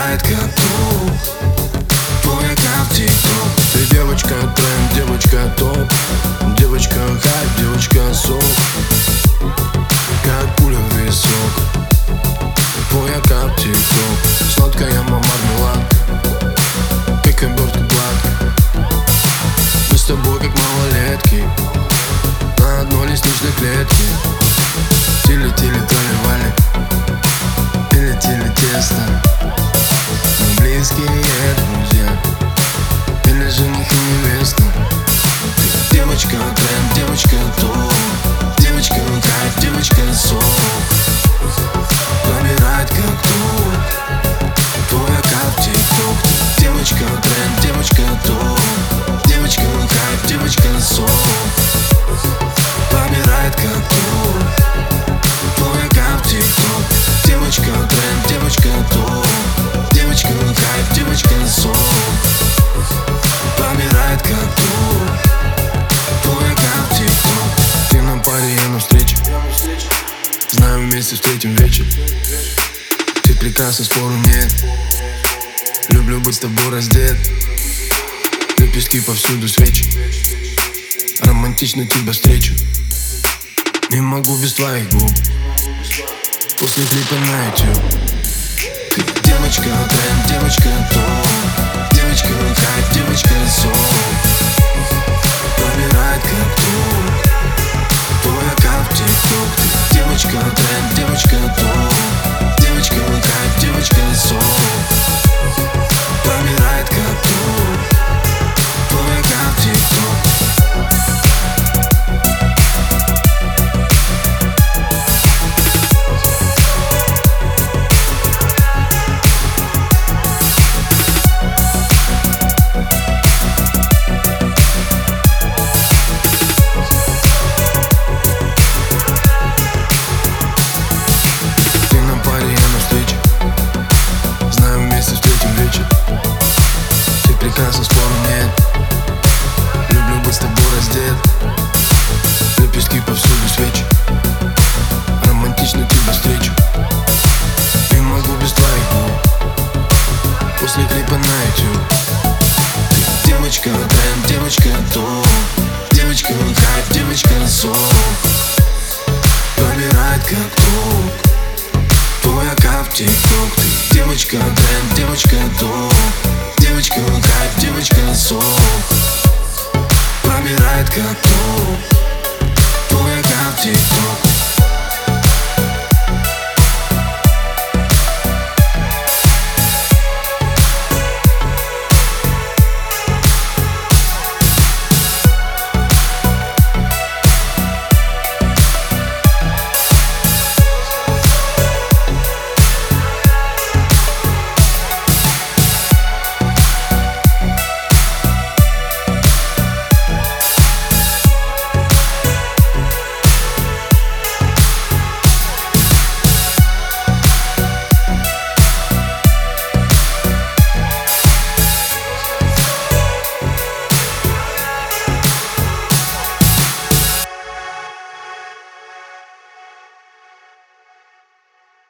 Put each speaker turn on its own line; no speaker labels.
Помирает как труп, твой аккаунт в ТикТок. Ты девочка тренд, девочка топ, девочка хайп, девочка сок, как пуля в висок. Твой аккаунт в ТикТок. Сладкая мармеладка, как обертка гладко. Мы с тобой как малолетки на одной лестничной клетке. Тили-тили, трали-вали, или тесто. Мы близкие друзья, или жених и невеста. Ты девочка тренд, девочка топ, девочка кайф, девочка сок. Помирает как труп, твой аккаунт в ТикТок. Ты девочка тренд, девочка топ, девочка кайф, девочка сок. Помирает как труп, твой аккаунт в ТикТок. Девочка тренд, девочка топ, девочка кайф, девочка сок. Помирает как труп, твой аккаунт в ТикТок. Ты на паре, я на встрече, знаю, вместе встретим вечер. Ты прекрасна, спору нет. Люблю быть с тобой раздет. Лепестки повсюду, свечи. Романтично тебя встречу. Не могу без твоих губ. После клипа на YouTube. Ты девочка тренд, девочка топ, девочка хайп, девочка сок. Помирает как труп, твой аккаунт в ТикТок. Ты девочка тренд, девочка топ, девочка хайп, девочка сок. Помирает как труп, твой аккаунт в ТикТок. Прекрасно, спору нет. Люблю быть с тобой раздет. Лепестки повсюду, свечи. Романтично тебя встречу. Не могу без твоих губ. После клипа на YouTube. Ты девочка тренд, девочка топ, девочка хайп, девочка сок. Помирает как труп, твой аккаунт в ТикТок. Ты девочка тренд, девочка топ, девочка хайп, девочка сок. Помирает как труп, твой аккаунт в ТикТок.